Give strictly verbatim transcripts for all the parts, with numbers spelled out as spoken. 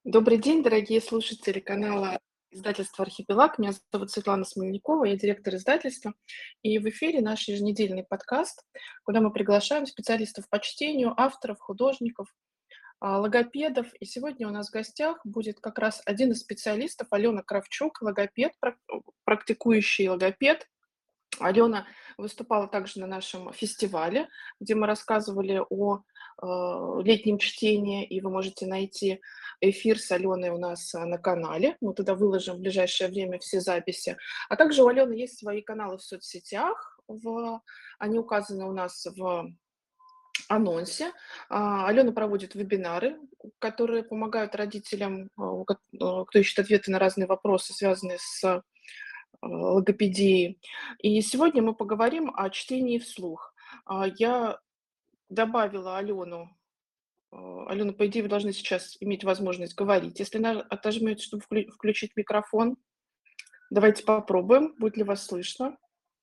Добрый день, дорогие слушатели канала издательства «Архипелаг». Меня зовут Светлана Смольникова, я директор издательства. И в эфире наш еженедельный подкаст, куда мы приглашаем специалистов по чтению, авторов, художников, а, логопедов. И сегодня у нас в гостях будет как раз один из специалистов, Алена Кравчук, логопед, прак- практикующий логопед. Алена выступала также на нашем фестивале, где мы рассказывали о э, летнем чтении, и вы можете найти эфир с Аленой у нас а, на канале. Мы туда выложим в ближайшее время все записи. А также у Алены есть свои каналы в соцсетях. В, они указаны у нас в анонсе. А, Алена проводит вебинары, которые помогают родителям, а, у ко- а, кто ищет ответы на разные вопросы, связанные с э, логопедией. И сегодня мы поговорим о чтении вслух. А, Я добавила Алену. а, Алена, по идее, вы должны сейчас иметь возможность говорить. Если на- отожмете, чтобы вклю- включить микрофон, давайте попробуем, будет ли вас слышно.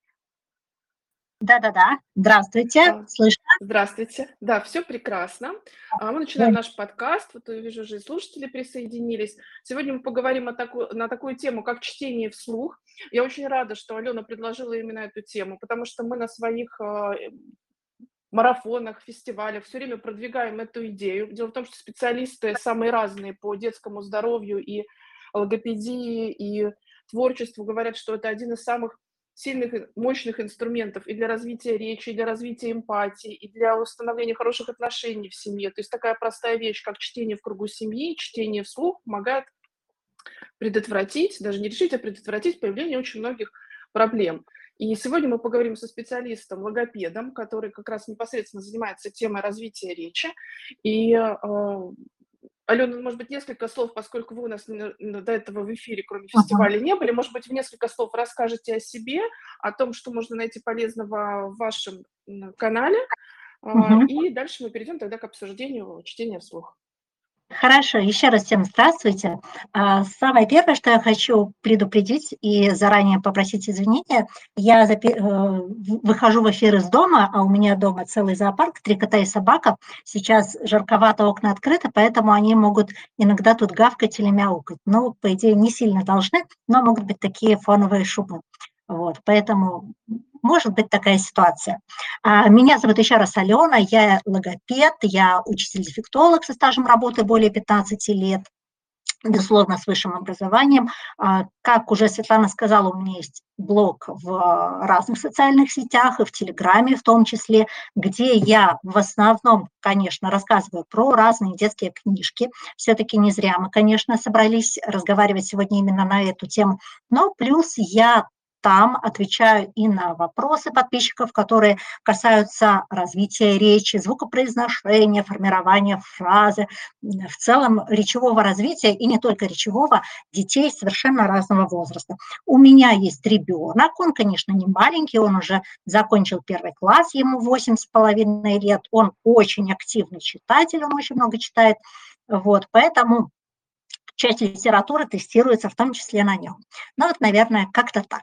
Да-да-да. Здравствуйте. А, Слышно? Здравствуйте. Да, все прекрасно. А, Мы начинаем Да. наш подкаст. Вот я вижу, уже и слушатели присоединились. Сегодня мы поговорим о таку- на такую тему, как чтение вслух. Я очень рада, что Алена предложила именно эту тему, потому что мы на своих а, э, марафонах, фестивалях все время продвигаем эту идею. Дело в том, что специалисты самые разные по детскому здоровью и логопедии, и творчеству говорят, что это один из самых сильных и мощных инструментов и для развития речи, и для развития эмпатии, и для установления хороших отношений в семье. То есть такая простая вещь, как чтение в кругу семьи, чтение вслух помогает предотвратить, даже не решить, а предотвратить появление очень многих проблем. И сегодня мы поговорим со специалистом, логопедом, который как раз непосредственно занимается темой развития речи. И, э, Алена, может быть, несколько слов, поскольку вы у нас н- н- до этого в эфире, кроме Мгм. фестиваля, не были, может быть, в несколько слов расскажете о себе, о том, что можно найти полезного в вашем м, канале, а, Мгм. и дальше мы перейдем тогда к обсуждению чтения вслух. Хорошо, еще раз всем здравствуйте. А, Самое первое, что я хочу предупредить и заранее попросить извинения, я запи- э, в- выхожу в эфир из дома, а у меня дома целый зоопарк, три кота и собака. Сейчас жарковато, окна открыты, поэтому они могут иногда тут гавкать или мяукать. Ну, по идее, не сильно должны, но могут быть такие фоновые шумы. Вот, поэтому может быть такая ситуация. А, Меня зовут еще раз Алена, я логопед, я учитель-дефектолог со стажем работы более пятнадцати лет, безусловно, с высшим образованием. А, Как уже Светлана сказала, у меня есть блог в а, разных социальных сетях и в Телеграме в том числе, где я в основном, конечно, рассказываю про разные детские книжки. Все-таки не зря мы, конечно, собрались разговаривать сегодня именно на эту тему. Но плюс я там отвечаю и на вопросы подписчиков, которые касаются развития речи, звукопроизношения, формирования фразы, в целом речевого развития, и не только речевого, детей совершенно разного возраста. У меня есть ребенок, он, конечно, не маленький, он уже закончил первый класс, ему восемь с половиной лет, он очень активный читатель, он очень много читает, вот, поэтому часть литературы тестируется в том числе на нем. Ну вот, наверное, как-то так.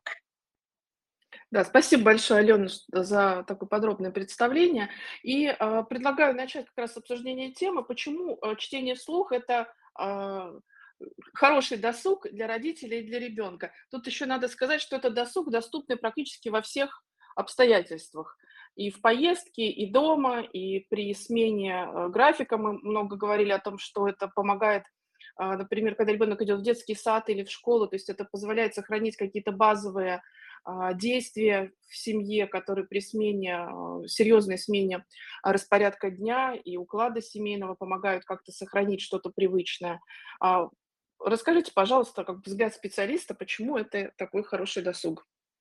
Да, спасибо большое, Алена, ш- за такое подробное представление. И а, предлагаю начать как раз с обсуждения темы, почему а, чтение вслух – это а, хороший досуг для родителей и для ребенка. Тут еще надо сказать, что это досуг, доступный практически во всех обстоятельствах. И в поездке, и дома, и при смене э, графика. Мы много говорили о том, что это помогает, а, например, когда ребенок идет в детский сад или в школу, то есть это позволяет сохранить какие-то базовые а, действия в семье, которые при смене, а, серьезной смене а, распорядка дня и уклада семейного помогают как-то сохранить что-то привычное. А, Расскажите, пожалуйста, как взгляд специалиста, почему это такой хороший досуг?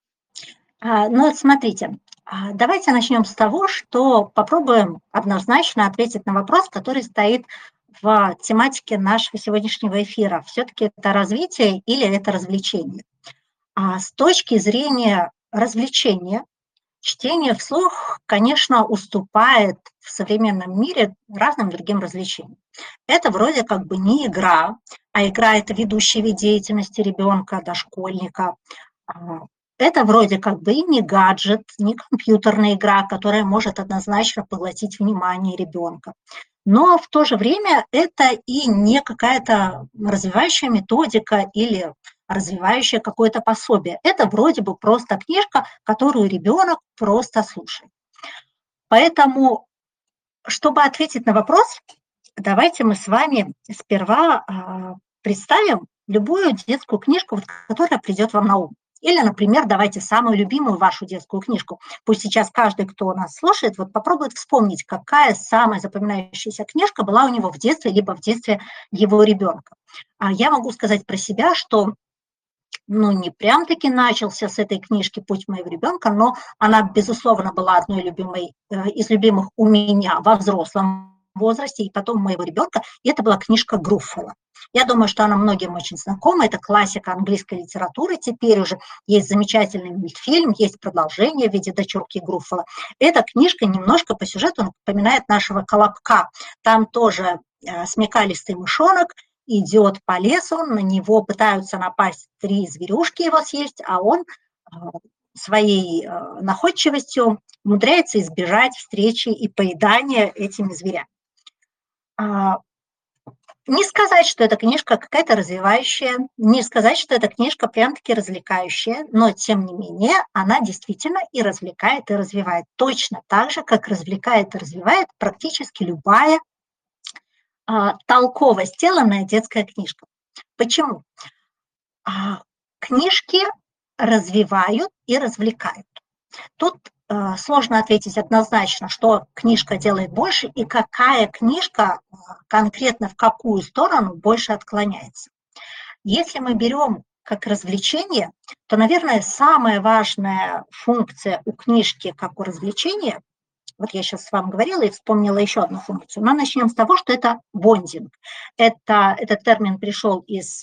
А, Ну вот смотрите, а, давайте начнем с того, что попробуем однозначно ответить на вопрос, который стоит в тематике нашего сегодняшнего эфира. Все-таки это развитие или это развлечение? А с точки зрения развлечения, чтение вслух, конечно, уступает в современном мире разным другим развлечениям. Это вроде как бы не игра, а игра – это ведущий вид деятельности ребенка, дошкольника. А, Это вроде как бы и не гаджет, не компьютерная игра, которая может однозначно поглотить внимание ребенка. но в то же время это и не какая-то развивающая методика или развивающее какое-то пособие. Это вроде бы просто книжка, которую ребенок просто слушает. Поэтому, чтобы ответить на вопрос, давайте мы с вами сперва а, представим любую детскую книжку, вот, которая придет вам на ум. Или, например, давайте самую любимую вашу детскую книжку. Пусть сейчас каждый, кто нас слушает, вот попробует вспомнить, какая самая запоминающаяся книжка была у него в детстве, либо в детстве его ребенка. А я могу сказать про себя, что ну, не прям-таки начался с этой книжки «Путь моего ребенка», но она, безусловно, была одной любимой, э, из любимых у меня во взрослом возрасте и потом моего ребенка, и это была книжка Груффало. Я думаю, что она многим очень знакома, это классика английской литературы, теперь уже есть замечательный мультфильм, есть продолжение в виде дочурки Груффало. Эта книжка немножко по сюжету напоминает нашего «Колобка». Там тоже э, смекалистый мышонок, идет по лесу, на него пытаются напасть три зверюшки его съесть, а он своей находчивостью умудряется избежать встречи и поедания этими зверями. Не сказать, что эта книжка какая-то развивающая, не сказать, что эта книжка прям-таки развлекающая, но, тем не менее, она действительно и развлекает, и развивает. Точно так же, как развлекает и развивает практически любая а, толково сделанная детская книжка. Почему? А, книжки развивают и развлекают. Тут э, сложно ответить однозначно, что книжка делает больше и какая книжка э, конкретно в какую сторону больше отклоняется. Если мы берем как развлечение, то, наверное, самая важная функция у книжки как у развлечения, вот я сейчас с вами говорила и вспомнила еще одну функцию, но начнем с того, что это бондинг. Это, этот термин пришел из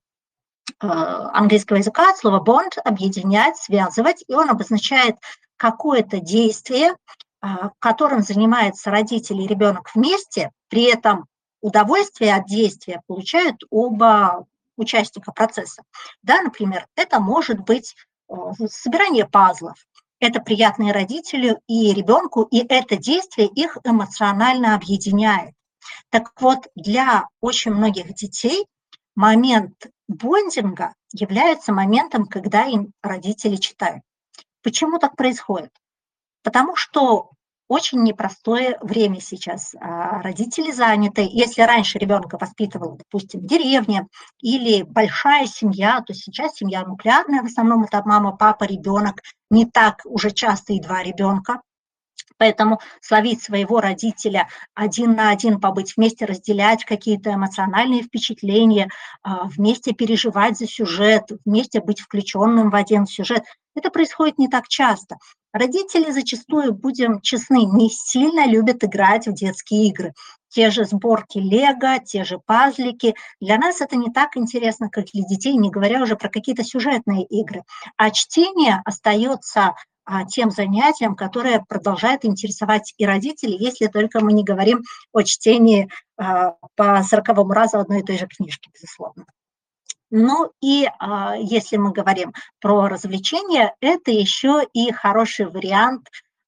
английского языка от слова bond – объединять, связывать, и он обозначает какое-то действие, которым занимаются родители и ребенок вместе, при этом удовольствие от действия получают оба участника процесса. Да, например, это может быть собирание пазлов, это приятные родителю и ребенку, и это действие их эмоционально объединяет. Так вот, для очень многих детей момент бондинга является моментом, когда им родители читают. Почему так происходит? Потому что очень непростое время сейчас. Родители заняты. Если раньше ребенка воспитывала, допустим, в деревне или большая семья, то сейчас семья нуклеарная, в основном это мама, папа, ребенок, не так уже часто и два ребенка. Поэтому словить своего родителя один на один, побыть вместе, разделять какие-то эмоциональные впечатления, вместе переживать за сюжет, вместе быть включенным в один сюжет, это происходит не так часто. Родители зачастую, будем честны, не сильно любят играть в детские игры. Те же сборки лего, те же пазлики. Для нас это не так интересно, как для детей, не говоря уже про какие-то сюжетные игры. А чтение остается тем занятием, которое продолжает интересовать и родителей, если только мы не говорим о чтении по сороковому разу одной и той же книжки, безусловно. Ну и если мы говорим про развлечения, это еще и хороший вариант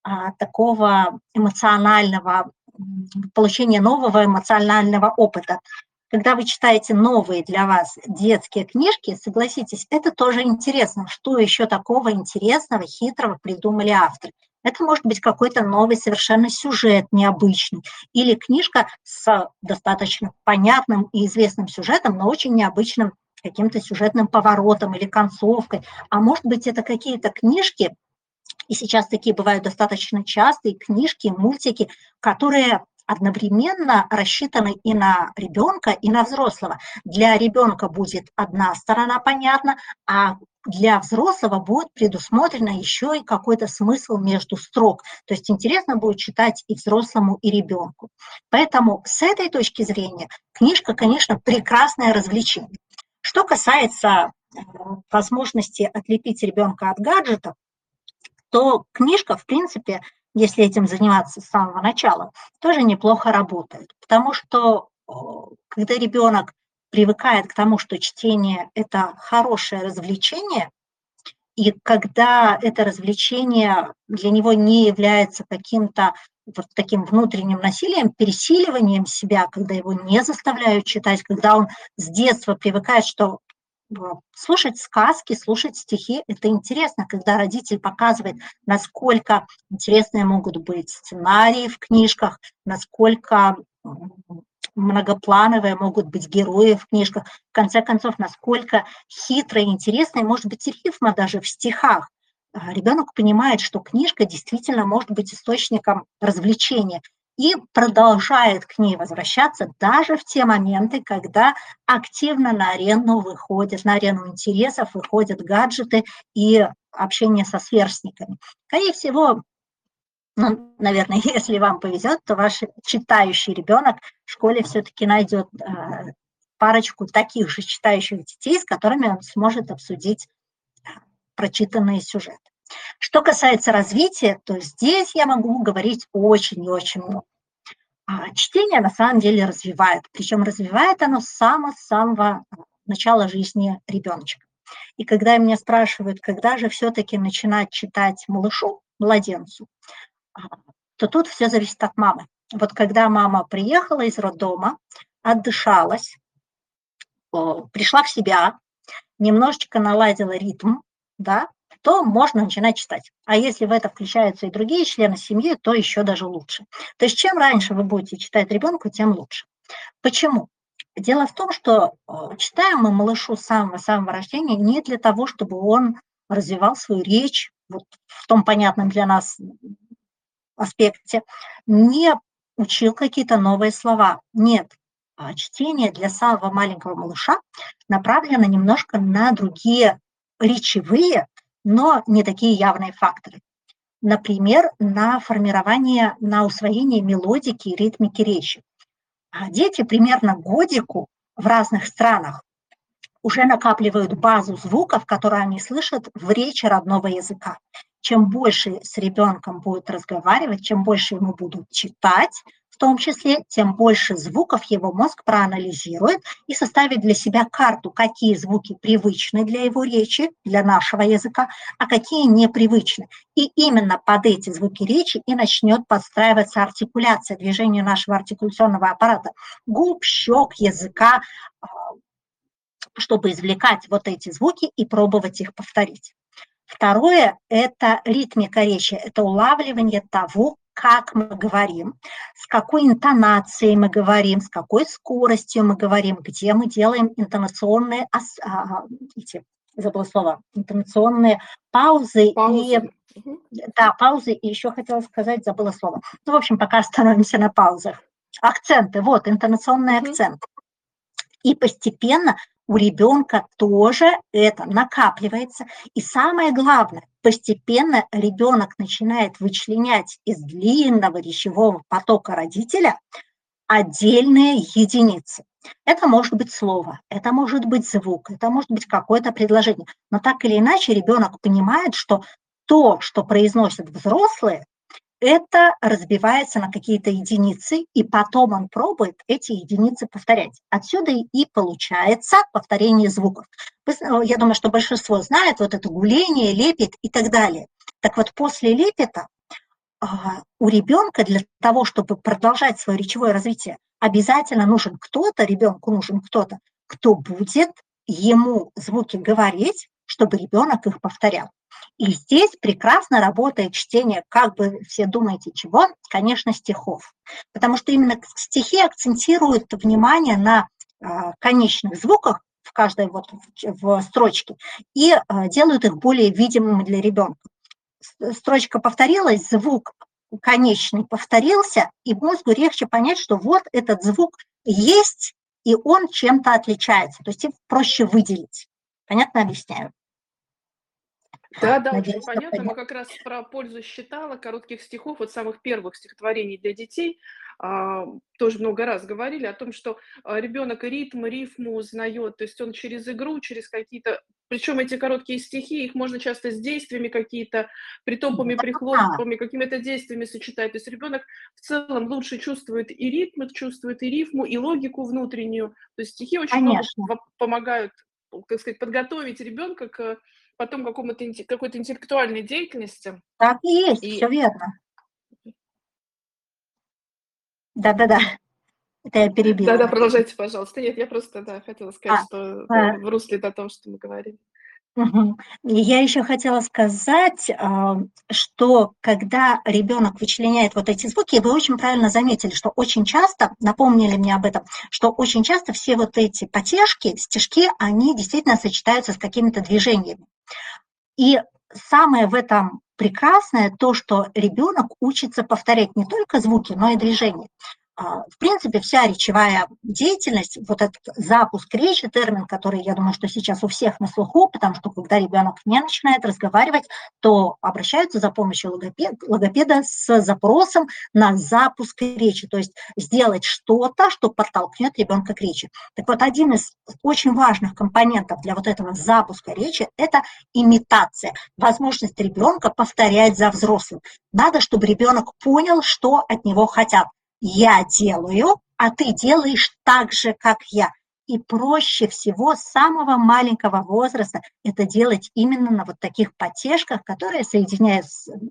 такого эмоционального, получения нового эмоционального опыта. Когда вы читаете новые для вас детские книжки, согласитесь, это тоже интересно. Что еще такого интересного, хитрого придумали авторы? Это может быть какой-то новый совершенно сюжет, необычный, или книжка с достаточно понятным и известным сюжетом, но очень необычным каким-то сюжетным поворотом или концовкой. А может быть, это какие-то книжки, и сейчас такие бывают достаточно частые, книжки, мультики, которые одновременно рассчитаны и на ребенка, и на взрослого. Для ребенка будет одна сторона понятна, а для взрослого будет предусмотрено еще и какой-то смысл между строк. То есть интересно будет читать и взрослому, и ребенку. Поэтому с этой точки зрения книжка, конечно, прекрасное развлечение. Что касается возможности отлепить ребенка от гаджетов, то книжка, в принципе, если этим заниматься с самого начала, тоже неплохо работает. Потому что когда ребенок привыкает к тому, что чтение – это хорошее развлечение, и когда это развлечение для него не является каким-то вот таким внутренним насилием, пересиливанием себя, когда его не заставляют читать, когда он с детства привыкает, что э, слушать сказки, слушать стихи — это интересно, когда родитель показывает, насколько интересные могут быть сценарии в книжках, насколько м, многоплановые могут быть герои в книжках, в конце концов, насколько хитрой и интересной может быть рифма даже в стихах. А, ребенок понимает, что книжка действительно может быть источником развлечения и продолжает к ней возвращаться даже в те моменты, когда активно на арену выходят, на арену интересов выходят гаджеты и общение со сверстниками. Скорее всего, ну, наверное, если вам повезет, то ваш читающий ребенок в школе все-таки найдет а, парочку таких же читающих детей, с которыми он сможет обсудить прочитанные сюжеты. Что касается развития, то здесь я могу говорить очень и очень много. А чтение на самом деле развивает, причем развивает оно с самого-самого начала жизни ребеночка. И когда меня спрашивают, когда же все-таки начинать читать малышу, младенцу, то тут все зависит от мамы. Вот когда мама приехала из роддома, отдышалась, пришла в себя, немножечко наладила ритм, да, то можно начинать читать. А если в это включаются и другие члены семьи, то еще даже лучше. То есть чем раньше вы будете читать ребенку, тем лучше. Почему? Дело в том, что читаем мы малышу с самого-самого рождения не для того, чтобы он развивал свою речь вот в том понятном для нас аспекте, не учил какие-то новые слова. Нет, чтение для самого маленького малыша направлено немножко на другие речевые, но не такие явные факторы. Например, на формирование, на усвоение мелодики и ритмики речи. А дети примерно годику в разных странах уже накапливают базу звуков, которые они слышат в речи родного языка. Чем больше с ребенком будут разговаривать, чем больше ему будут читать, в том числе, тем больше звуков его мозг проанализирует и составит для себя карту, какие звуки привычны для его речи, для нашего языка, а какие непривычны. И именно под эти звуки речи и начнет подстраиваться артикуляция, движение нашего артикуляционного аппарата, губ, щек, языка, чтобы извлекать вот эти звуки и пробовать их повторить. Второе – это ритмика речи, это улавливание того, как мы говорим, с какой интонацией мы говорим, с какой скоростью мы говорим, где мы делаем интонационные, эти, забыла слово, интонационные паузы, Паузы. и да, паузы, и еще хотела сказать, забыла слово. Ну, в общем, пока остановимся на паузах. Акценты, вот, интонационные Мгм. акценты. И постепенно у ребенка тоже это накапливается. И самое главное, постепенно ребенок начинает вычленять из длинного речевого потока родителя отдельные единицы. Это может быть слово, это может быть звук, это может быть какое-то предложение. Но так или иначе ребенок понимает, что то, что произносят взрослые, это разбивается на какие-то единицы, и потом он пробует эти единицы повторять. Отсюда и получается повторение звуков. Я думаю, что большинство знает вот это гуление, лепет и так далее. Так вот, после лепета у ребенка для того, чтобы продолжать свое речевое развитие, обязательно нужен кто-то, ребенку нужен кто-то, кто будет ему звуки говорить, чтобы ребенок их повторял. И здесь прекрасно работает чтение, как бы все думаете, чего? Конечно, стихов. Потому что именно стихи акцентируют внимание на а, конечных звуках в каждой вот в строчке и а, делают их более видимыми для ребенка. Строчка повторилась, звук конечный повторился, и мозгу легче понять, что вот этот звук есть, и он чем-то отличается. То есть его проще выделить. Понятно объясняю? Да, да, очень Надеюсь, что понятно. Мы понятно. как раз про пользу считала коротких стихов, вот самых первых стихотворений для детей. А, тоже много раз говорили о том, что а, ребенок ритм, рифму узнает, то есть он через игру, через какие-то... Причем эти короткие стихи, их можно часто с действиями какие-то, притопами, Да, прихлопами, какими-то действиями сочетать. То есть ребенок в целом лучше чувствует и ритм, чувствует и рифму, и логику внутреннюю. То есть стихи очень много конечно. помогают, как сказать, подготовить ребенка к потом какому-то какой-то интеллектуальной деятельности. Так и есть, все И верно. Да-да-да, это я перебила Да-да, вас. продолжайте, пожалуйста. Нет, я просто, да, хотела сказать, А, что а, в русле о том, что мы говорили. Мгм. И я еще хотела сказать, а, что когда ребенок вычленяет вот эти звуки, вы очень правильно заметили, что очень часто, напомнили мне об этом, что очень часто все вот эти потешки, стишки, они действительно сочетаются с какими-то движениями. И самое в этом прекрасное то, что ребенок учится повторять не только звуки, но и движения. А, В принципе, вся речевая деятельность, вот этот запуск речи, термин, который, я думаю, что сейчас у всех на слуху, потому что когда ребенок не начинает разговаривать, то обращаются за помощью логопед, логопеда с запросом на запуск речи, то есть сделать что-то, что подтолкнет ребенка к речи. Так вот, один из очень важных компонентов для вот этого запуска речи – это имитация, возможность ребенка повторять за взрослым. Надо, чтобы ребенок понял, что от него хотят. Я делаю, а ты делаешь так же, как я. И проще всего с самого маленького возраста это делать именно на вот таких потешках, которые соединяют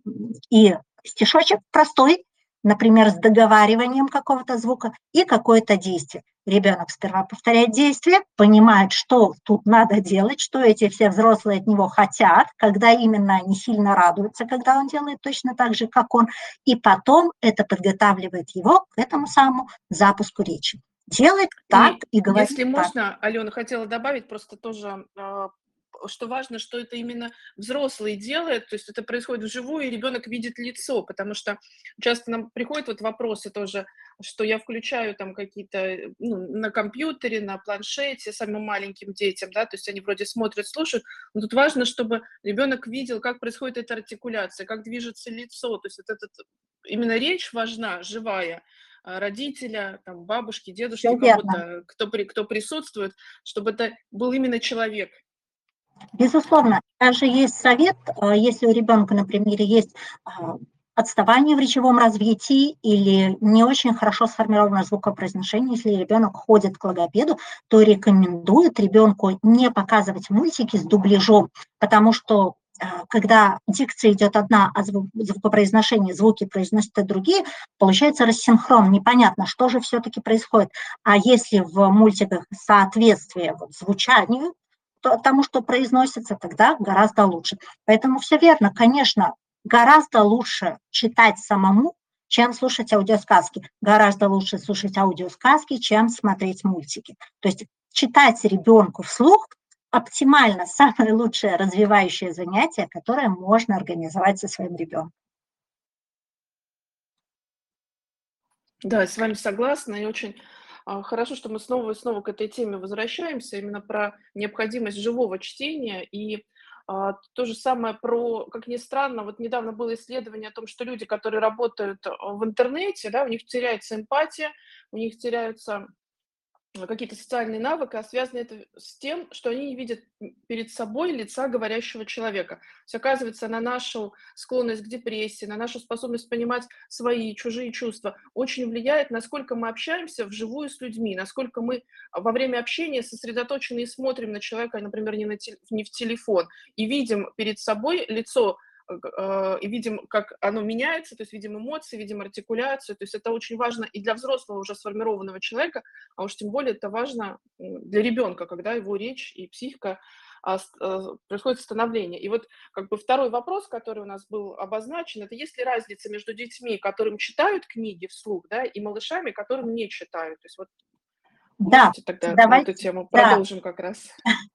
и стишочек простой, например, с договариванием какого-то звука и какое-то действие. Ребенок сперва повторяет действие, понимает, что тут надо делать, что эти все взрослые от него хотят, когда именно они сильно радуются, когда он делает точно так же, как он, и потом это подготавливает его к этому самому запуску речи. Делать так И и говорить если так. можно, Алена, хотела добавить просто тоже, а, что важно, что это именно взрослый делает, то есть это происходит вживую, и ребенок видит лицо, потому что часто нам приходят вот вопросы тоже, что я включаю там какие-то, э, ну, на компьютере, на планшете самым маленьким детям, да, то есть они вроде смотрят, слушают, но тут важно, чтобы ребенок видел, как происходит эта артикуляция, как движется лицо, то есть вот этот, именно речь важна, живая, а, родителя, там, бабушки, Все дедушки, верно. кого-то, кто, при, кто присутствует, чтобы это был именно человек. Безусловно, даже есть совет, а, если у ребенка, например, есть а, отставание в речевом развитии или не очень хорошо сформировано звукопроизношение, если ребенок ходит к логопеду, то рекомендуют ребенку не показывать мультики с дубляжом, потому что а, когда дикция идет одна, а звукопроизношение, звуки произносят другие, получается рассинхрон, непонятно, что же все-таки происходит. А если в мультиках соответствие вот, звучанию, тому, что произносится, тогда гораздо лучше. Поэтому все верно, конечно, гораздо лучше читать самому, чем слушать аудиосказки. Гораздо лучше слушать аудиосказки, чем смотреть мультики. То есть читать ребенку вслух оптимально самое лучшее развивающее занятие, которое можно организовать со своим ребенком. Да, я с вами согласна, и очень а, хорошо, что мы снова и снова к этой теме возвращаемся, именно про необходимость живого чтения и а, то же самое про, как ни странно, вот недавно было исследование о том, что люди, которые работают а, в интернете, да, у них теряется эмпатия, у них теряются какие-то социальные навыки, а связано это с тем, что они не видят перед собой лица говорящего человека. То есть, оказывается, на нашу склонность к депрессии, на нашу способность понимать свои, чужие чувства очень влияет, насколько мы общаемся вживую с людьми, насколько мы во время общения сосредоточены и смотрим на человека, например, не, на те, не в телефон, и видим перед собой лицо, э, и видим, как оно меняется, то есть видим эмоции, видим артикуляцию, то есть это очень важно и для взрослого уже сформированного человека, а уж тем более это важно для ребенка, когда его речь и психика а, с- а, происходит становление. И вот как бы второй вопрос, который у нас был обозначен, это есть ли разница между детьми, которым читают книги вслух, да, и малышами, которым не читают. То есть вот Да, можете тогда на эту давайте, тему да, продолжим как раз.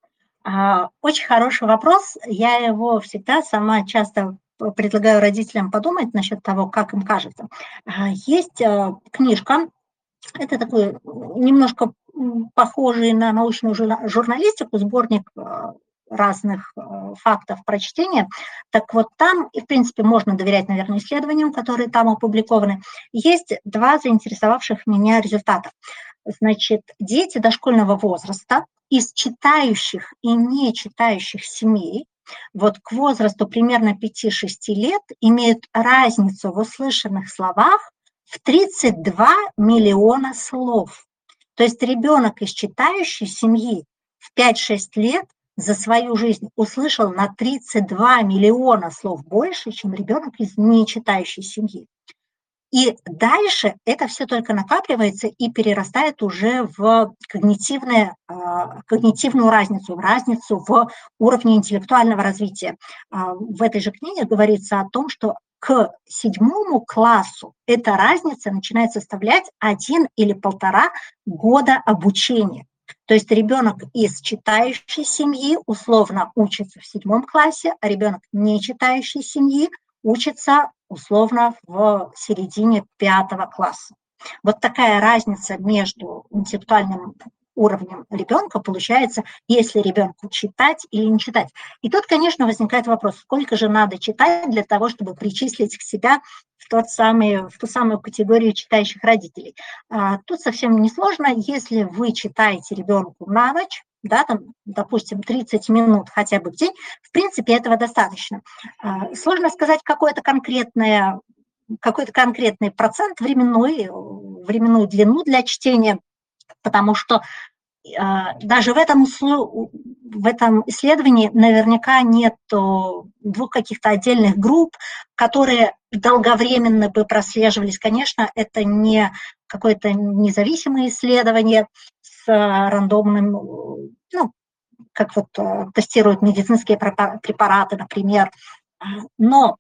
А, очень хороший вопрос. Я его всегда сама часто п- предлагаю родителям подумать насчет того, как им кажется. А, Есть а, книжка, это такой немножко м, похожий на научную журна- журналистику, сборник а, разных а, фактов про чтение. Так вот там, и в принципе можно доверять, наверное, исследованиям, которые там опубликованы, есть два заинтересовавших меня результата. Значит, дети дошкольного возраста из читающих и не читающих семей вот к возрасту примерно пяти-шести лет имеют разницу в услышанных словах в тридцать два миллиона слов. То есть ребенок из читающей семьи в пять-шесть лет за свою жизнь услышал на тридцать два миллиона слов больше, чем ребенок из нечитающей семьи. И дальше это все только накапливается и перерастает уже в когнитивное, а, когнитивную разницу, в разницу в уровне интеллектуального развития. А, В этой же книге говорится о том, что к седьмому классу эта разница начинает составлять один или полтора года обучения. То есть ребенок из читающей семьи условно учится в седьмом классе, а ребенок не читающей семьи учится условно в середине пятого класса. Вот такая разница между интеллектуальным уровнем ребенка получается, если ребенку читать или не читать. И тут, конечно, возникает вопрос, сколько же надо читать для того, чтобы причислить к себя в, тот самый, в ту самую категорию читающих родителей. А, тут совсем несложно, если вы читаете ребенку на ночь, да, там, допустим, тридцать минут хотя бы в день, в принципе, этого достаточно. А, Сложно сказать какое-то конкретное, какой-то конкретный процент временной, временную длину для чтения, потому что а, даже в этом, в этом исследовании наверняка нет двух каких-то отдельных групп, которые долговременно бы прослеживались. Конечно, это не какое-то независимое исследование с рандомным, ну, как вот тестируют медицинские препараты, например. Но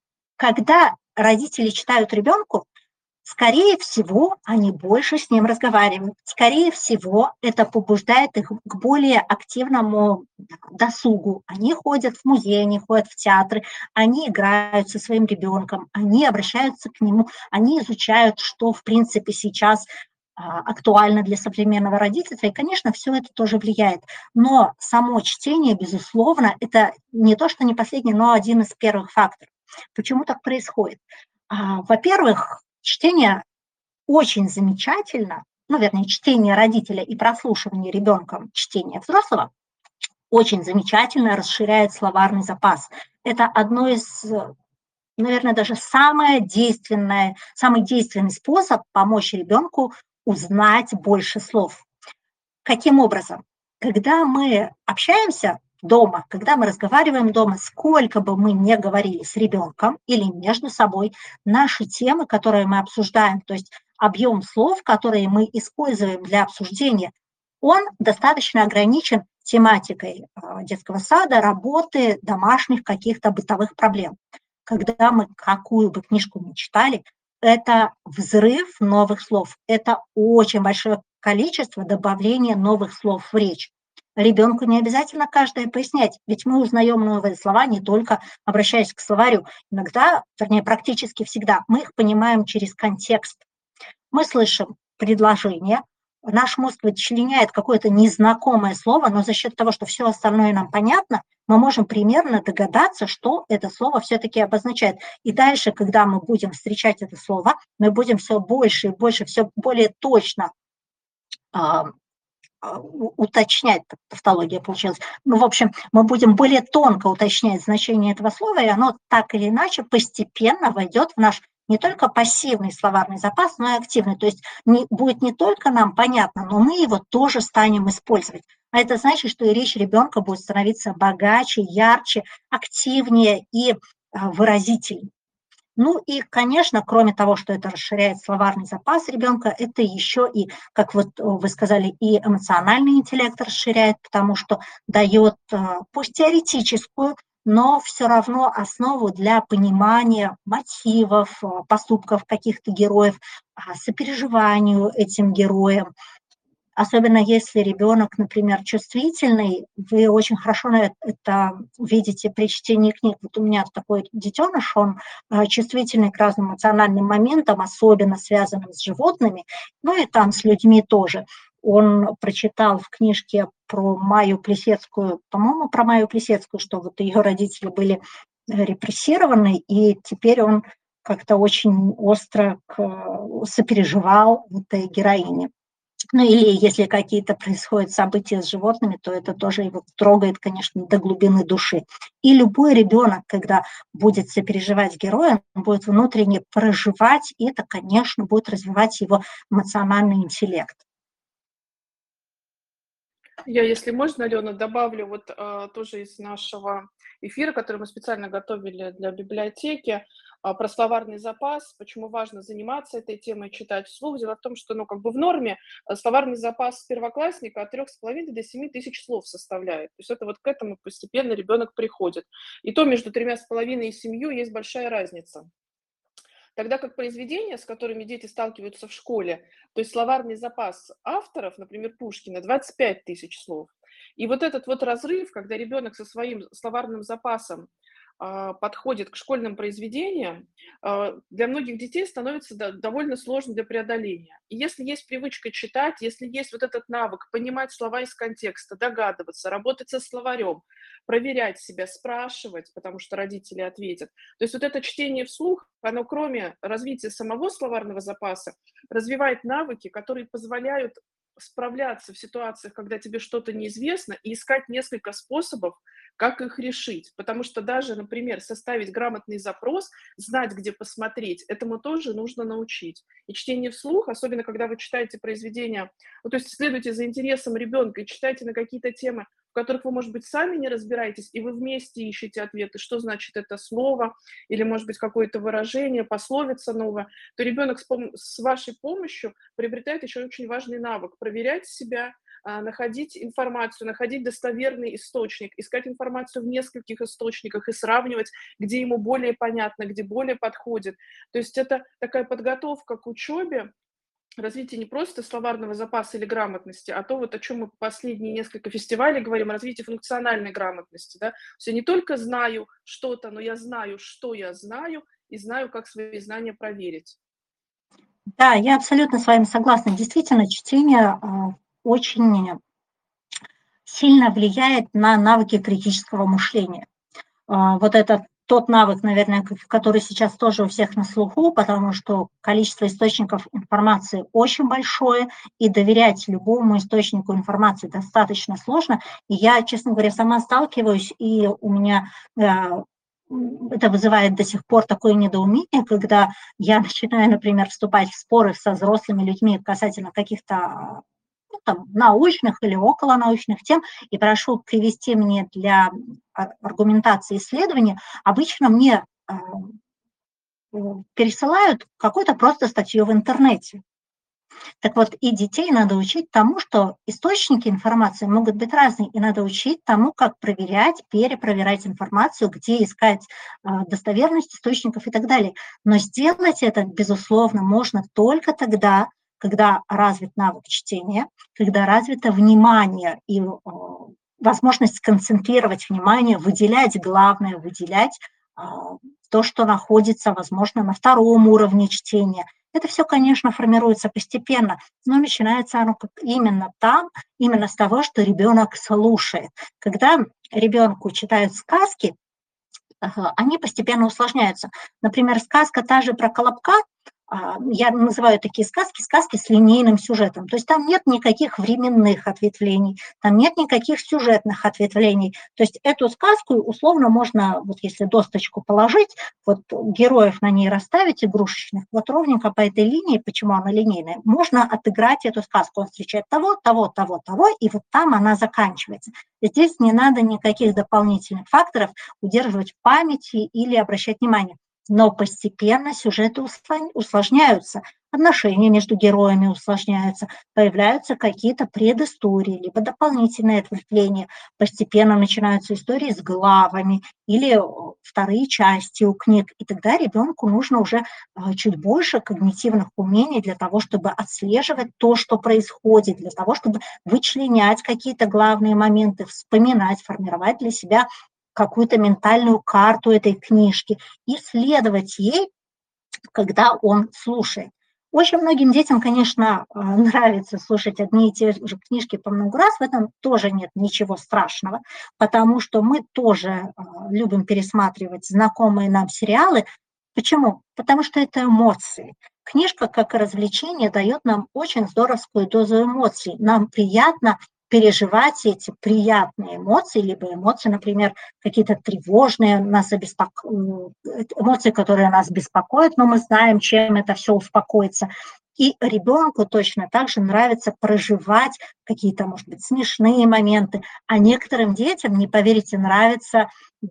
когда родители читают ребенку, скорее всего, они больше с ним разговаривают. Скорее всего, это побуждает их к более активному досугу. Они ходят в музей, они ходят в театры, они играют со своим ребенком, они обращаются к нему, они изучают, что, в принципе, сейчас актуально для современного родительства. И, конечно, все это тоже влияет. Но само чтение, безусловно, это не то, что не последний, но один из первых факторов. Почему так происходит? Во-первых, чтение очень замечательно, ну, вернее, чтение родителя и прослушивание ребенком чтения взрослого очень замечательно расширяет словарный запас. Это одно из, наверное, даже самое действенное, самый действенный способ помочь ребенку узнать больше слов. Каким образом? Когда мы общаемся дома, когда мы разговариваем дома, сколько бы мы ни говорили с ребенком или между собой, наши темы, которые мы обсуждаем, то есть объем слов, которые мы используем для обсуждения, он достаточно ограничен тематикой детского сада, работы, домашних каких-то бытовых проблем. Когда мы какую бы книжку ни читали, это взрыв новых слов, это очень большое количество добавления новых слов в речь. Ребенку не обязательно каждое пояснять, ведь мы узнаем новые слова не только обращаясь к словарю. Иногда, вернее, практически всегда, мы их понимаем через контекст. Мы слышим предложение, наш мозг вычленяет какое-то незнакомое слово, но за счет того, что все остальное нам понятно, мы можем примерно догадаться, что это слово все-таки обозначает. И дальше, когда мы будем встречать это слово, мы будем все больше и больше, все более точно а, уточнять, тавтология получилась. Ну, в общем, мы будем более тонко уточнять значение этого слова, и оно так или иначе постепенно войдет в наш не только пассивный словарный запас, но и активный. То есть не, будет не только нам понятно, но мы его тоже станем использовать. А это значит, что и речь ребенка будет становиться богаче, ярче, активнее и выразительнее. Ну и, конечно, кроме того, что это расширяет словарный запас ребенка, это еще и, как вот вы сказали, и эмоциональный интеллект расширяет, потому что дает, пусть теоретическую, но все равно основу для понимания мотивов, поступков каких-то героев, сопереживанию этим героям. Особенно если ребенок, например, чувствительный, вы очень хорошо это видите при чтении книг. Вот у меня такой детеныш, он чувствительный к разным эмоциональным моментам, особенно связанным с животными, ну и там с людьми тоже. Он прочитал в книжке про Майю Плисецкую, по-моему, про Майю Плисецкую, что вот ее родители были репрессированы, и теперь он как-то очень остро сопереживал этой героине. Ну или если какие-то происходят события с животными, то это тоже его трогает, конечно, до глубины души. И любой ребенок, когда будет сопереживать героя, он будет внутренне проживать, и это, конечно, будет развивать его эмоциональный интеллект. Я, если можно, Алена, добавлю вот а, тоже из нашего эфира, который мы специально готовили для библиотеки. а, про словарный запас, почему важно заниматься этой темой, читать вслух. Дело в том, что, ну, как бы в норме э, словарный запас первоклассника от трёх с половиной до семи тысяч слов составляет. То есть это вот к этому постепенно ребенок приходит. И то между тремя с половиной и семью есть большая разница. Тогда как произведения, с которыми дети сталкиваются в школе, то есть словарный запас авторов, например, Пушкина, двадцать пять тысяч слов. И вот этот вот разрыв, когда ребенок со своим словарным запасом а, подходит к школьным произведениям, а, для многих детей становится до- довольно сложно для преодоления. И если есть привычка читать, если есть вот этот навык понимать слова из контекста, догадываться, работать со словарем, проверять себя, спрашивать, потому что родители ответят. То есть вот это чтение вслух, оно кроме развития самого словарного запаса, развивает навыки, которые позволяют справляться в ситуациях, когда тебе что-то неизвестно, и искать несколько способов, как их решить. Потому что даже, например, составить грамотный запрос, знать, где посмотреть, этому тоже нужно научить. И чтение вслух, особенно когда вы читаете произведения, ну, то есть следуйте за интересом ребенка и читайте на какие-то темы, в которых вы, может быть, сами не разбираетесь, и вы вместе ищете ответы, что значит это слово, или, может быть, какое-то выражение, пословица новая, то ребенок с, пом- с вашей помощью приобретает еще очень важный навык проверять себя, а, находить информацию, находить достоверный источник, искать информацию в нескольких источниках и сравнивать, где ему более понятно, где более подходит. То есть это такая подготовка к учебе, развитие не просто словарного запаса или грамотности, а то, вот о чем мы последние несколько фестивалей говорим, развитие функциональной грамотности. Да? То есть я не только знаю что-то, но я знаю, что я знаю, и знаю, как свои знания проверить. Да, я абсолютно с вами согласна. Действительно, чтение а, очень сильно влияет на навыки критического мышления. А, Вот это тот навык, наверное, к- который сейчас тоже у всех на слуху, потому что количество источников информации очень большое, и доверять любому источнику информации достаточно сложно. И я, честно говоря, сама сталкиваюсь, и у меня э, м, это вызывает до сих пор такое недоумение, когда я начинаю, например, вступать в споры со взрослыми людьми касательно каких-то ну, там, научных или околонаучных тем, и прошу привести мне для ар- аргументации исследования, обычно мне а, э, пересылают какую-то просто статью в интернете. Так вот, и детей надо учить тому, что источники информации могут быть разные, и надо учить тому, как проверять, перепроверять информацию, где искать а, достоверность источников и так далее. Но сделать это, безусловно, можно только тогда, когда развит навык чтения, когда развито внимание и а, возможность сконцентрировать внимание, выделять главное, выделять а, то, что находится, возможно, на втором уровне чтения. Это все, конечно, формируется постепенно, но начинается оно как именно там, именно с того, что ребенок слушает. Когда ребенку читают сказки, ага, они постепенно усложняются. Например, сказка та же про Колобка, а, я называю такие сказки сказки с линейным сюжетом. То есть там нет никаких временных ответвлений, там нет никаких сюжетных ответвлений. То есть эту сказку условно можно, вот если досточку положить, вот героев на ней расставить игрушечных, вот ровненько по этой линии, почему она линейная, можно отыграть эту сказку. Он встречает того, того, того, того, и вот там она заканчивается. Здесь не надо никаких дополнительных факторов удерживать в памяти или обращать внимание. Но постепенно сюжеты усложняются, отношения между героями усложняются, появляются какие-то предыстории, либо дополнительные ответвления. Постепенно начинаются истории с главами или вторые части у книг. И тогда ребенку нужно уже а, чуть больше когнитивных умений для того, чтобы отслеживать то, что происходит, для того, чтобы вычленять какие-то главные моменты, вспоминать, формировать для себя какую-то ментальную карту этой книжки и следовать ей, когда он слушает. Очень многим детям, конечно, а, нравится слушать одни и те же книжки по много раз, в этом тоже нет ничего страшного, потому что мы тоже а, любим пересматривать знакомые нам сериалы. Почему? Потому что это эмоции. Книжка, как и развлечение, дает нам очень здоровскую дозу эмоций. Нам приятно переживать эти приятные эмоции, либо эмоции, например, какие-то тревожные, нас обеспоко... эмоции, которые нас беспокоят, но мы знаем, чем это все успокоится. И ребенку точно так же нравится проживать какие-то, может быть, смешные моменты, а некоторым детям, не поверите, нравится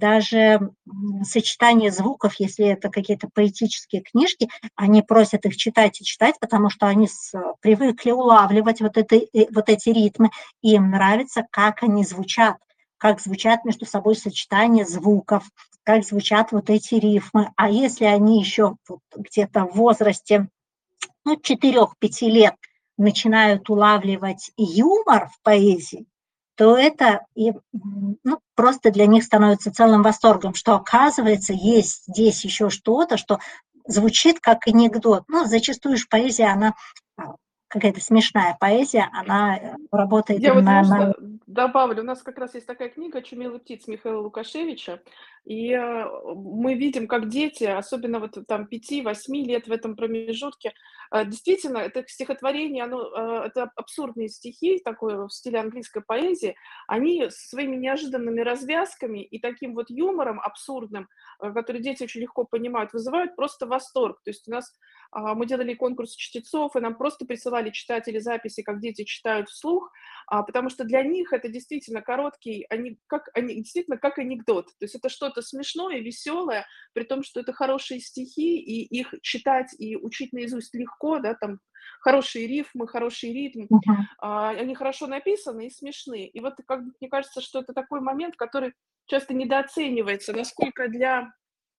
даже сочетание звуков, если это какие-то поэтические книжки, они просят их читать и читать, потому что они с привыкли улавливать вот это вот эти ритмы, и им нравится, как они звучат, как звучат между собой сочетания звуков, как звучат вот эти рифмы. А если они еще вот где-то в возрасте, ну, четырёх-пяти лет начинают улавливать юмор в поэзии, то это и, ну, просто для них становится целым восторгом, что, оказывается, есть здесь еще что-то, что звучит как анекдот. Ну, зачастую же поэзия, она какая-то смешная поэзия, она работает Я вот, именно можно, на... добавлю? У нас как раз есть такая книга «Очумелые птицы» Михаила Лукашевича, и э, мы видим, как дети, особенно вот там пяти-восьми лет в этом промежутке, э, действительно, это стихотворение, оно, э, это абсурдные стихи, такое в стиле английской поэзии, они своими неожиданными развязками и таким вот юмором абсурдным, э, который дети очень легко понимают, вызывают просто восторг. То есть у нас а, мы делали конкурс чтецов, и нам просто присылали читатели записи, как дети читают вслух, а, потому что для них это действительно короткий, они, как, они, действительно как анекдот. То есть это что-то смешное, веселое, при том, что это хорошие стихи, и их читать и учить наизусть легко, да, там хорошие рифмы, хороший ритм, Мгм. а, они хорошо написаны и смешны. И вот как бы, мне кажется, что это такой момент, который часто недооценивается, насколько для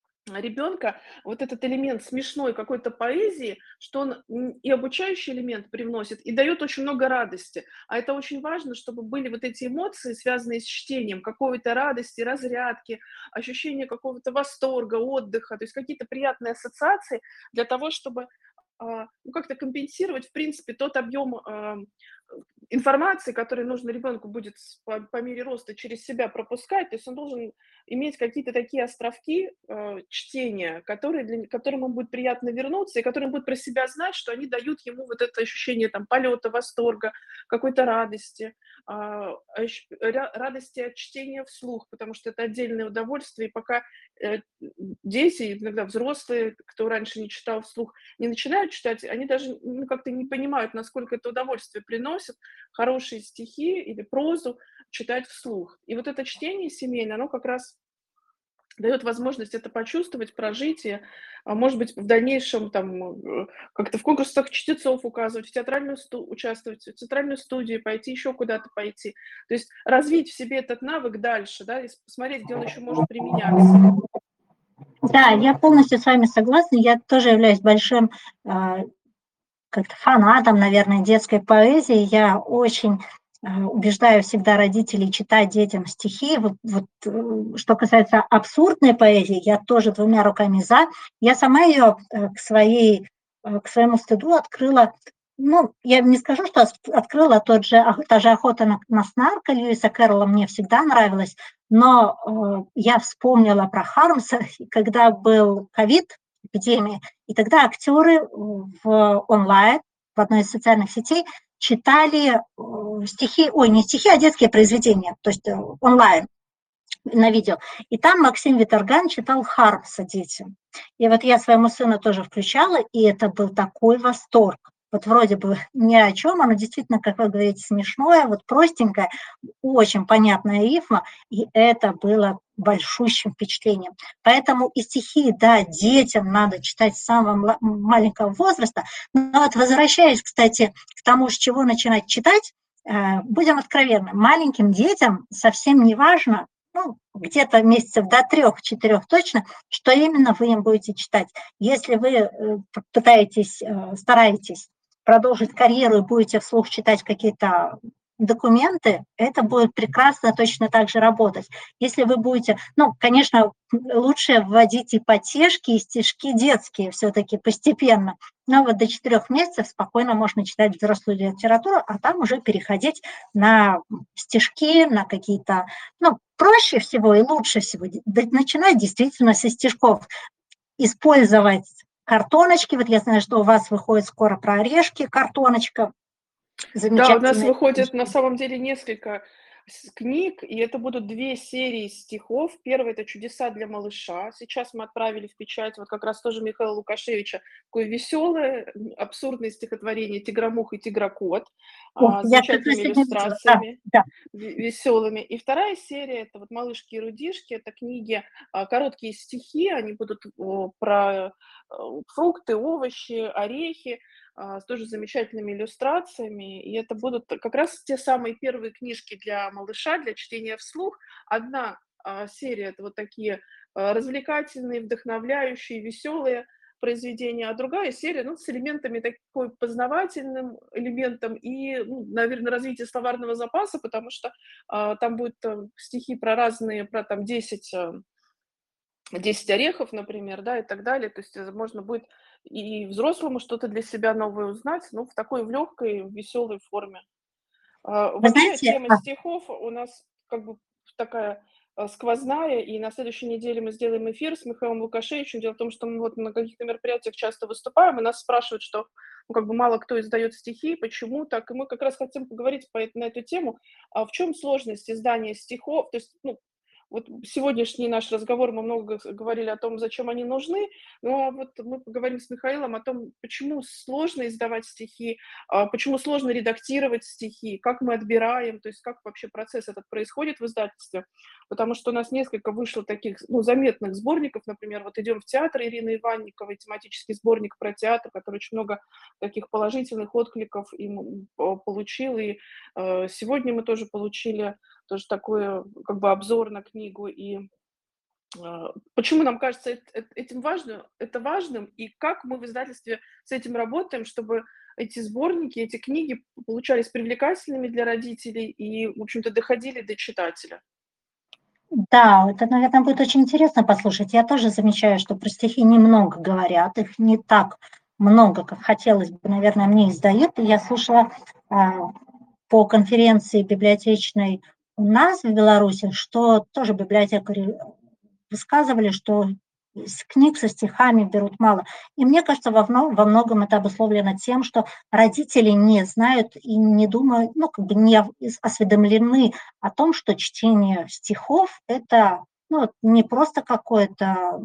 ребенка вот этот элемент смешной какой-то поэзии, что он м, и обучающий элемент привносит, и дает очень много радости. А это очень важно, чтобы были вот эти эмоции, связанные с чтением, какой-то радости, разрядки, ощущение какого-то восторга, отдыха, то есть какие-то приятные ассоциации для того, чтобы а, ну, как-то компенсировать, в принципе, тот объем а, информации, который нужно ребенку будет по, по мере роста через себя пропускать. То есть он должен иметь какие-то такие островки э, чтения, которые для, которым ему будет приятно вернуться, и которым будет про себя знать, что они дают ему вот это ощущение там полета, восторга, какой-то радости, а, ощ- ря- радости от чтения вслух, потому что это отдельное удовольствие. И пока э, дети, иногда взрослые, кто раньше не читал вслух, не начинают читать, они даже ну, как-то не понимают, насколько это удовольствие приносит хорошие стихи или прозу читать вслух. И вот это чтение семейное, оно как раз дает возможность это почувствовать, прожить, и, а, может быть, в дальнейшем там э, как-то в конкурсах чтецов указывать, в театральную сту- участвовать, в театральную студию пойти, еще куда-то пойти. То есть развить в себе этот навык дальше, да, и посмотреть, где он еще может применяться. Да, я полностью с вами согласна. Я тоже являюсь большим а, как-то фанатом, наверное, детской поэзии. Я очень а, убеждаю всегда родителей читать детям стихи. Вот, вот, э, что касается абсурдной поэзии, я тоже двумя руками за. Я сама ее э, к своей, э, к своему стыду открыла. Ну, я не скажу, что ос- открыла тот же, ох- та же охота на, на снарка Льюиса Кэрролла мне всегда нравилась, но э, я вспомнила про Хармса, когда был ковид, эпидемия, и тогда актеры в онлайн, в одной из социальных сетей, читали э, стихи, ой, не стихи, а детские произведения, то есть э, онлайн на видео. И там Максим Виторган читал Хармса детям. И вот я своему сыну тоже включала, и это был такой восторг. Вот вроде бы ни о чем, оно действительно, как вы говорите, смешное, вот простенькое, очень понятная рифма, и это было большущим впечатлением. Поэтому и стихи, да, детям надо читать с самого маленького возраста, но вот возвращаясь, кстати, к тому, с чего начинать читать, будем откровенны, маленьким детям совсем не важно, ну, где-то месяцев до трех-четырех точно, что именно вы им будете читать. Если вы пытаетесь, стараетесь продолжить карьеру и будете вслух читать какие-то документы, это будет прекрасно точно так же работать. Если вы будете, ну, конечно, лучше вводить и потешки, и стишки детские все-таки постепенно, но вот до четырех месяцев спокойно можно читать взрослую литературу, а там уже переходить на стишки, на какие-то, ну, проще всего и лучше всего начинать действительно со стишков, использовать картоночки. Вот я знаю, что у вас выходит скоро про орешки картоночка. Да, у нас Замечательная выходит на книжка. самом деле несколько с книг, и это будут две серии стихов. Первая — это "Чудеса для малыша". Сейчас мы отправили в печать вот как раз тоже Михаила Лукашевича. Такое веселое, м, абсурдное стихотворение "Тигромух и Тигрокот", Ох, а, с я как раз замечательными сегодня видела. Да, иллюстрациями, да. ве веселыми. И вторая серия — это вот "Малышки и Рудишки". Это книги, а, короткие стихи, они будут, о, про, э, фрукты, овощи, орехи, а, с тоже замечательными иллюстрациями. И это будут как раз те самые первые книжки для малыша, для чтения вслух. Одна, а, серия — это вот такие, а, развлекательные, вдохновляющие, веселые произведения, а другая серия, ну, с элементами такой познавательным элементом и, ну, наверно, развитие словарного запаса, потому что, а, там будут, э, стихи про разные, про там десять, э десять орехов, например, да, и так далее. То есть, э, можно будет и взрослому что-то для себя новое узнать, но в такой, в легкой, веселой форме. А, Вы вообще знаете, тема а стихов у нас как бы такая, а, сквозная, и на следующей неделе мы сделаем эфир с Михаилом Лукашевичем. Дело в том, что мы вот на каких-то мероприятиях часто выступаем, и нас спрашивают, что, ну, как бы мало кто издает стихи, почему так? И мы как раз хотим поговорить по эт на эту тему. А в чем сложность издания стихов? То есть, ну, вот сегодняшний наш разговор, мы много с говорили о том, зачем они нужны, но вот мы поговорим с Михаилом о том, почему сложно издавать стихи, а, почему сложно редактировать стихи, как мы отбираем, то есть как вообще процесс этот происходит в издательстве. Потому что у нас несколько вышло таких, ну, заметных сборников. Например, вот "Идем в театр" Ирины Иванниковой, тематический сборник про театр, который очень много таких положительных откликов им м, по получил. И, э, сегодня мы тоже получили тоже такой, э, как бы обзор на книгу. И, а, почему нам кажется эт эт этим важно это важным, и как мы в издательстве с этим работаем, чтобы эти сборники, эти книги п получались привлекательными для родителей и, в общем-то, доходили до читателя? Да, это, наверно, будет очень интересно послушать. Я тоже замечаю, что про стихи немного говорят, их не так много, как хотелось бы, наверное, мне издают. И я слушала, а, по конференции библиотечной у нас в Беларуси, что тоже библиотекари высказывали, что с книг со стихами берут мало. И мне кажется, во вно во многом это обусловлено тем, что родители не знают и не думают, ну, как бы не ов ис осведомлены о том, что чтение стихов — это, ну, вот не просто какое-то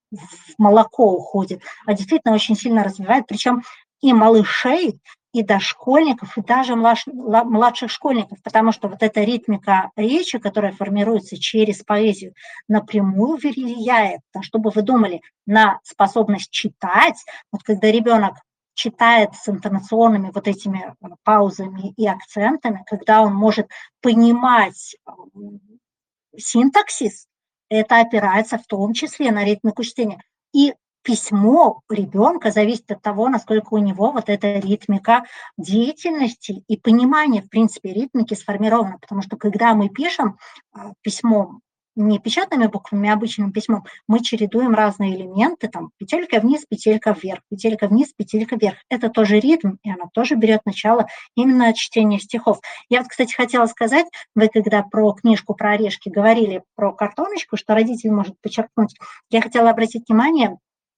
в молоко уходит, а действительно очень сильно развивает, причем и малышей, и дошкольников, и даже млаш ла младших школьников. Потому что вот эта ритмика речи, которая формируется через поэзию, напрямую влияет, на что бы вы думали, на способность читать. Вот когда ребенок читает с интонационными вот этими, э, паузами и акцентами, когда он может понимать, ам, синтаксис, это опирается в том числе на ритмику чтения. И письмо ребенка зависит от того, насколько у него вот эта ритмика деятельности и понимание, в принципе, ритмики сформировано. Потому что когда мы пишем, а, письмом, не печатными буквами, а обычным письмом, мы чередуем разные элементы, там петелька вниз, петелька вверх, петелька вниз, петелька вверх. Это тоже ритм, и оно тоже берет начало именно от чтения стихов. Я вот, кстати, хотела сказать, вы когда про книжку про орешки говорили, про картоночку, что родитель может почерпнуть, я хотела обратить внимание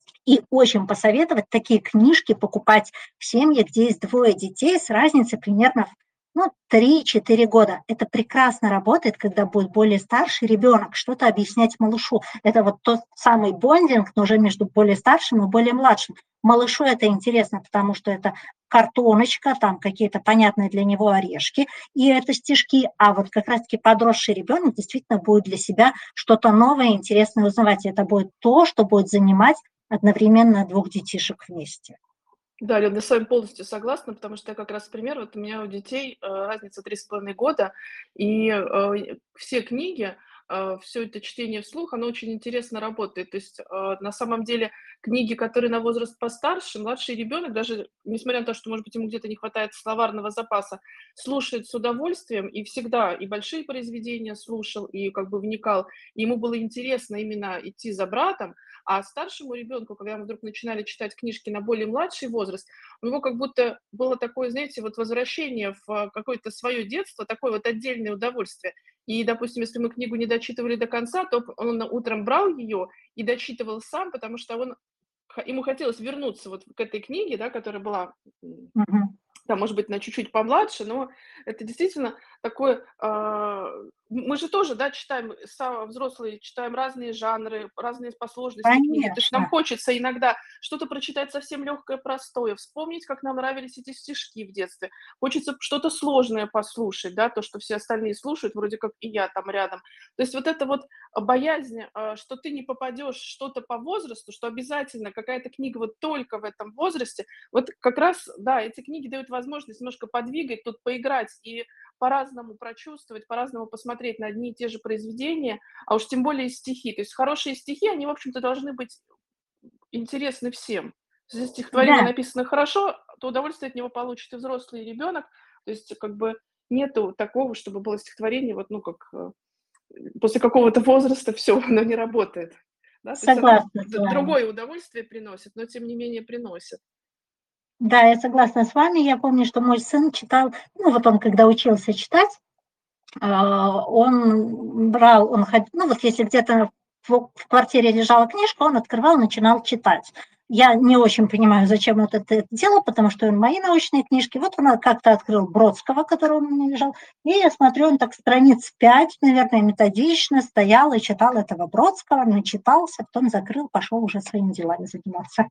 и очень посоветовать такие книжки покупать в семье, где есть двое детей с разницей примерно в, ну, три-четыре года. Это прекрасно работает, когда будет более старший ребенок что-то объяснять малышу. Это вот тот самый бондинг, но уже между более старшим и более младшим. Малышу это интересно, потому что это картоночка, там какие-то понятные для него орешки, и это стишки. А вот как раз таки подросший ребенок действительно будет для себя что-то новое и интересное узнавать. И это будет то, что будет занимать одновременно двух детишек вместе. Да, Лен, я с вами полностью согласна, потому что я как раз пример. Вот у меня у детей, э, разница три с половиной года, и, э, все книги, э, всё это чтение вслух, оно очень интересно работает. То есть, э, на самом деле книги, которые на возраст постарше, младший ребенок, даже несмотря на то, что, может быть, ему где-то не хватает словарного запаса, слушает с удовольствием и всегда и большие произведения слушал, и как бы вникал. И ему было интересно именно идти за братом. А старшему ребенку, когда мы вдруг начинали читать книжки на более младший возраст, у него как будто было такое, знаете, вот возвращение в какое-то свое детство, такое вот отдельное удовольствие. И, допустим, если мы книгу не дочитывали до конца, то п он утром брал ее и дочитывал сам, потому что он х ему хотелось вернуться вот к этой книге, да, которая была, м, Мгм. там, может быть, на чуть-чуть помладше, но это действительно такое, а, мы же тоже, да, читаем, са взрослые читаем разные жанры, разные по сложности книги. То есть нам Конечно. хочется иногда что-то прочитать совсем легкое, простое, вспомнить, как нам нравились эти стишки в детстве. Хочется что-то сложное послушать, да, то, что все остальные слушают, вроде как и я там рядом. То есть вот эта вот боязнь, а, что ты не попадешь что-то по возрасту, что обязательно какая-то книга вот только в этом возрасте, вот как раз, да, эти книги дают возможность немножко подвигать, тут поиграть и по-разному прочувствовать, по-разному посмотреть на одни и те же произведения, а уж тем более стихи. То есть хорошие стихи, они, в общем-то, должны быть интересны всем. Если стихотворение Да. написано хорошо, то удовольствие от него получит и взрослый, и ребенок. То есть как бы нету такого, чтобы было стихотворение, вот, ну, как э, после какого-то возраста все, оно не работает. Да? То есть оно Согласна с д- вами. другое удовольствие приносит, но тем не менее приносит. Да, я согласна с вами. Я помню, что мой сын читал, ну, вот он когда учился читать, а, он брал, он хот ну, вот если где-то в в квартире лежала книжка, он открывал, начинал читать. Я не очень понимаю, зачем он это делал, потому что мои научные книжки, вот он как-то открыл Бродского, который у меня лежал, и я смотрю, он так страниц пять, наверное, методично стоял и читал этого Бродского, начитался, потом закрыл, пошел уже своими делами заниматься.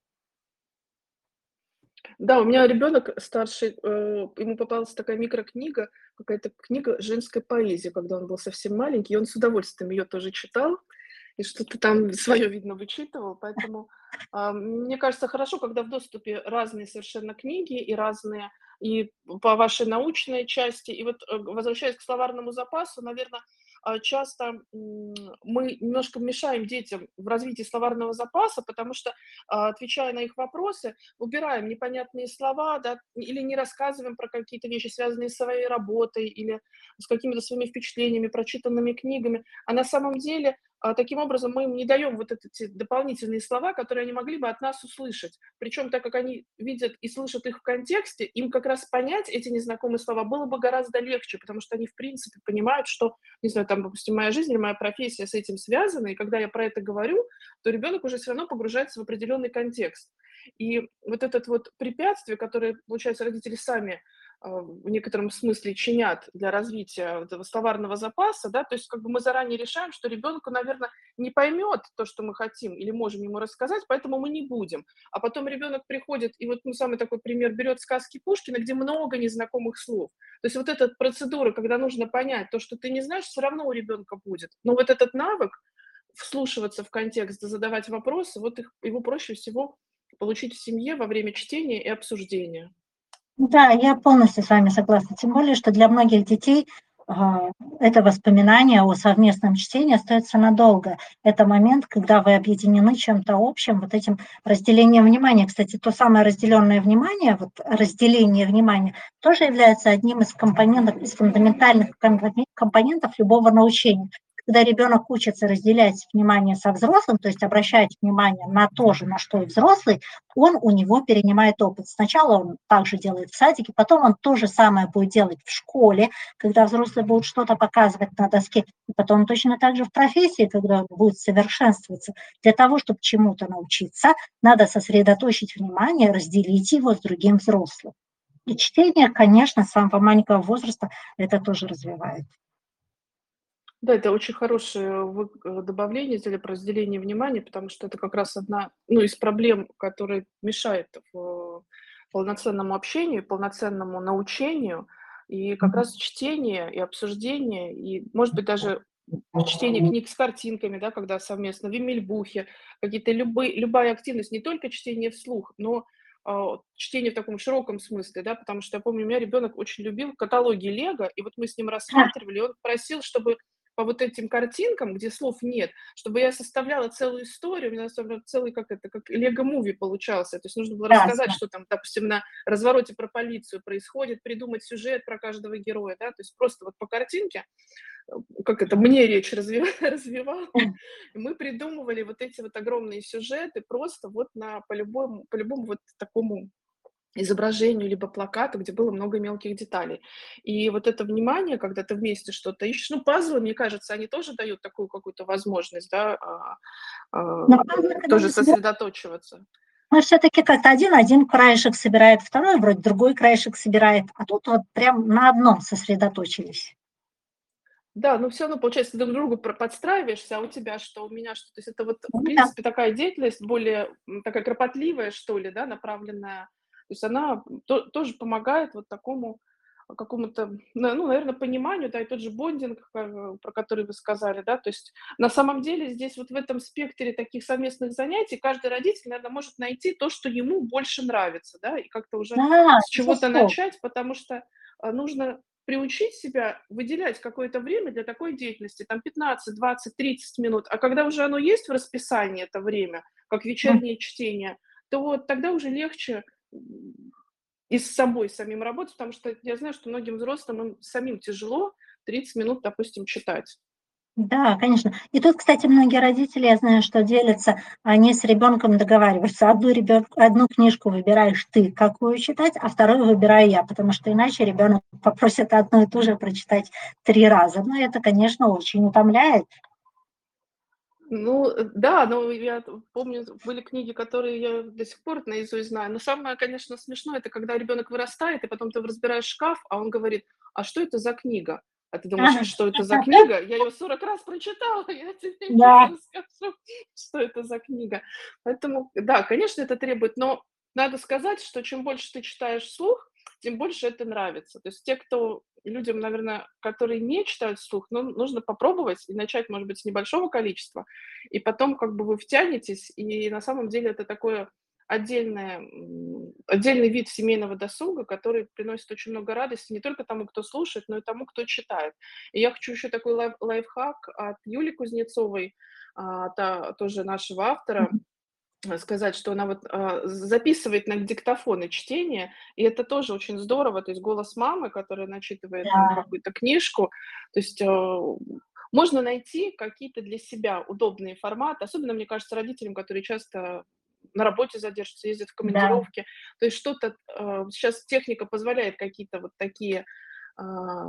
Да, у меня ребенок старший, э, ему попалась такая микрокнига, какая-то книга женской поэзии, когда он был совсем маленький, и он с удовольствием ее тоже читал, и что-то там свое, видно, вычитывал. Поэтому, а, мне кажется, хорошо, когда в доступе разные совершенно книги и разные, и по вашей научной части. И вот, э, возвращаясь к словарному запасу, наверное, часто, м, мы немножко мешаем детям в развитии словарного запаса, потому что, а, отвечая на их вопросы, убираем непонятные слова, да, или не рассказываем про какие-то вещи, связанные с своей работой или с какими-то своими впечатлениями, прочитанными книгами. А на самом деле, а, таким образом мы им не даем вот эти дополнительные слова, которые они могли бы от нас услышать. Причем, так как они видят и слышат их в контексте, им как раз понять эти незнакомые слова было бы гораздо легче, потому что они, в принципе, понимают, что, не знаю, там, допустим, моя жизнь или моя профессия с этим связана, и когда я про это говорю, то ребенок уже все равно погружается в определенный контекст. И вот этот вот препятствие, которое, получается, родители сами а, в некотором смысле чинят для развития этого словарного запаса, да, то есть как бы мы заранее решаем, что ребенку, наверное, не поймет то, что мы хотим или можем ему рассказать, поэтому мы не будем. А потом ребенок приходит, и вот ну, самый такой пример, берет сказки Пушкина, где много незнакомых слов. То есть вот эта процедура, когда нужно понять то, что ты не знаешь, все равно у ребенка будет. Но вот этот навык вслушиваться в контекст, задавать вопросы, вот их, его проще всего получить в семье во время чтения и обсуждения. Да, я полностью с вами согласна. Тем более, что для многих детей а, это воспоминание о совместном чтении остается надолго. Это момент, когда вы объединены чем-то общим, вот этим разделением внимания. Кстати, то самое разделенное внимание, вот разделение внимания, тоже является одним из компонентов, из фундаментальных компонентов любого научения. Когда ребенок учится разделять внимание со взрослым, то есть обращать внимание на то же, на что и взрослый, он у него перенимает опыт. Сначала он также делает в садике, потом он то же самое будет делать в школе, когда взрослые будут что-то показывать на доске, и потом точно так же в профессии, когда он будет совершенствоваться. Для того, чтобы чему-то научиться, надо сосредоточить внимание, разделить его с другим взрослым. И чтение, конечно, с самого маленького возраста это тоже развивает. Да, это очень хорошее вы э, добавление сделали про разделение внимания, потому что это как раз одна, ну, из проблем, которые мешает в полноценному общению, полноценному научению. И как раз чтение и обсуждение, и, может быть, даже чтение книг с картинками, да, когда совместно в Вимельбухе, какие-то любые любая активность, не только чтение вслух, но, а, чтение в таком широком смысле, да. Потому что я помню, у меня ребенок очень любил каталоги "Лего", и вот мы с ним рассматривали, и он просил, чтобы по вот этим картинкам, где слов нет, чтобы я составляла целую историю, у меня составлял целый, как это, как лего-муви получался. То есть нужно было рассказать, Ясно. что там, допустим, на развороте про полицию происходит, придумать сюжет про каждого героя, да. То есть просто вот по картинке, э, как это, мне речь развива развивал. И мы придумывали вот эти вот огромные сюжеты просто вот на по любому по любому вот такому изображению либо плакату, где было много мелких деталей. И вот это внимание, когда ты вместе что-то ищешь, ну, пазлы, мне кажется, они тоже дают такую какую-то возможность, да, а, а, Но правда, когда тоже мы собираемся сосредоточиваться. мы все-таки как-то один, один краешек собирает, второй вроде другой краешек собирает, а тут вот прям на одном сосредоточились. Да, но всё равно, получается, ты друг другу про подстраиваешься, а у тебя что, у меня что. То есть это вот, в Ну да. принципе, такая деятельность более, м, такая кропотливая, что ли, да, направленная. То есть она, м, то тоже помогает вот такому какому-то, на ну, наверно, пониманию, да, и тот же бондинг, э, про который вы сказали, да. То есть на самом деле здесь вот в этом спектре таких совместных занятий каждый родитель, наверно, может найти то, что ему больше нравится, да, и как-то уже Да, с чего-то безусловно. начать, потому что, а, нужно приучить себя выделять какое-то время для такой деятельности, там пятнадцать, двадцать, тридцать минут. А когда уже оно есть в расписании, это время, как М. вечернее чтение, то вот тогда уже легче, м, и с собой самим работать, потому что я знаю, что многим взрослым, им самим тяжело тридцать минут, допустим, читать. Да, конечно. И тут, кстати, многие родители, я знаю, что делятся, они с ребенком договариваются: одну ребен одну книжку выбираешь ты, какую читать, а вторую выбираю я, потому что иначе ребенок попросит одну и ту же прочитать три раза. Ну, это, конечно, очень утомляет. Ну, э, да, но я т помню, были книги, которые я до сих пор наизусть знаю. Но самое, конечно, смешное- это когда ребенок вырастает, и потом ты разбираешь шкаф, а он говорит: "А что это за книга?" А ты думаешь: Ага. "Что это за книга? Я её сорок раз прочитала, я тебе щас Да. расскажу, что это за книга". Поэтому, да, конечно, это требует, но надо сказать, что чем больше ты читаешь вслух, тем больше это нравится. То есть те, кто людям, наверно, которые не читают вслух, ну, нужно попробовать и начать, может быть, с небольшого количества, и потом как бы вы втянетесь, и на самом деле это такое отдельное, м, отдельный вид семейного досуга, который приносит очень много радости не только тому, кто слушает, но и тому, кто читает. И я хочу еще такой лайф лайфхак от Юли Кузнецовой, а, та тоже нашего автора, Мгм. э, сказать, что она вот, а, з записывает на диктофоны чтение, и это тоже очень здорово. То есть голос мамы, которая начитывает там Да. какую-то книжку. То есть, а, можно найти какие-то для себя удобные форматы, особенно, мне кажется, родителям, которые часто на работе задерживаются, ездят в Да. командировки. То есть что-то, а, щас техника позволяет какие-то вот такие, а,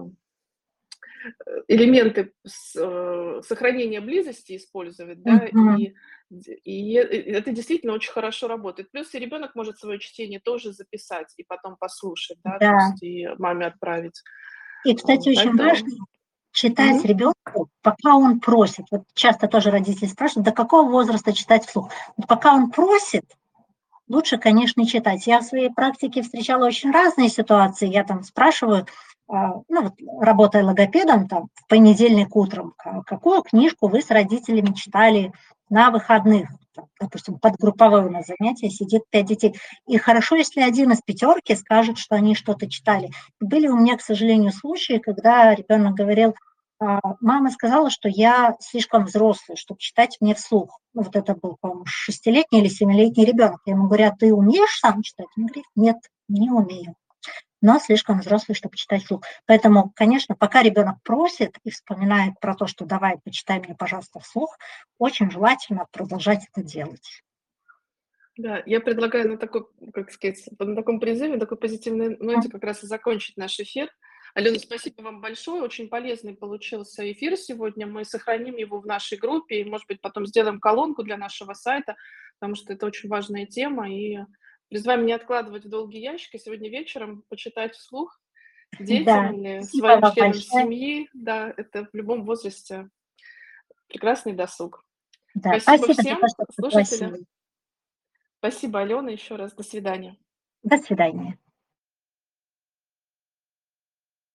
э, элементы с э, сохранения близости использовать, да, Мгм. и дь и э это действительно очень хорошо работает. Плюс и ребенок может свое чтение тоже записать и потом послушать, да, то Да. есть и маме отправить. И, А, кстати, очень поэтому важно читать Мгм. ребенку, пока он просит. Вот часто тоже родители спрашивают: "До какого возраста читать вслух?" Вот пока он просит, лучше, конечно, читать. Я в своей практике встречала очень разные ситуации. Я там спрашиваю, а, ну вот, работая логопедом, там, в понедельник утром: "Ка какую книжку вы с родителями читали на выходных?" Там, допустим, подгрупповое у нас занятие, сидит пять детей. И хорошо, если один из пятерки скажет, что они что-то читали. Были у меня, к сожалению, случаи, когда ребенок говорил: "А, мама сказала, что я слишком взрослый, чтоб читать мне вслух". Ну, вот это был, по-моему, шестилетний или семилетний ребенок. Я ему говорю: "А ты умеешь сам читать?" Он говорит: "Нет, не умею, но слишком взрослый, чтоб читать вслух". Поэтому, конечно, пока ребенок просит и вспоминает про то, что: "Давай, почитай мне, пожалуйста, вслух", очень желательно продолжать это делать. Да, я предлагаю на такой, как сказать, на таком призыве, на такой позитивной ноте М. как раз и закончить наш эфир. Алена, спасибо вам большое. Очень полезный получился эфир сегодня. Мы сохраним его в нашей группе и, может быть, потом сделаем колонку для нашего сайта, потому что это очень важная тема. И призываем не откладывать в долгий ящик, и сегодня вечером почитать вслух детям Да, или спасибо своим вам членам большое. семьи. Да, это в любом возрасте прекрасный досуг. Да, Спасибо спасибо за то, всем что слушателям. пригласили. Спасибо, Алена, еще раз. До свидания. До свидания.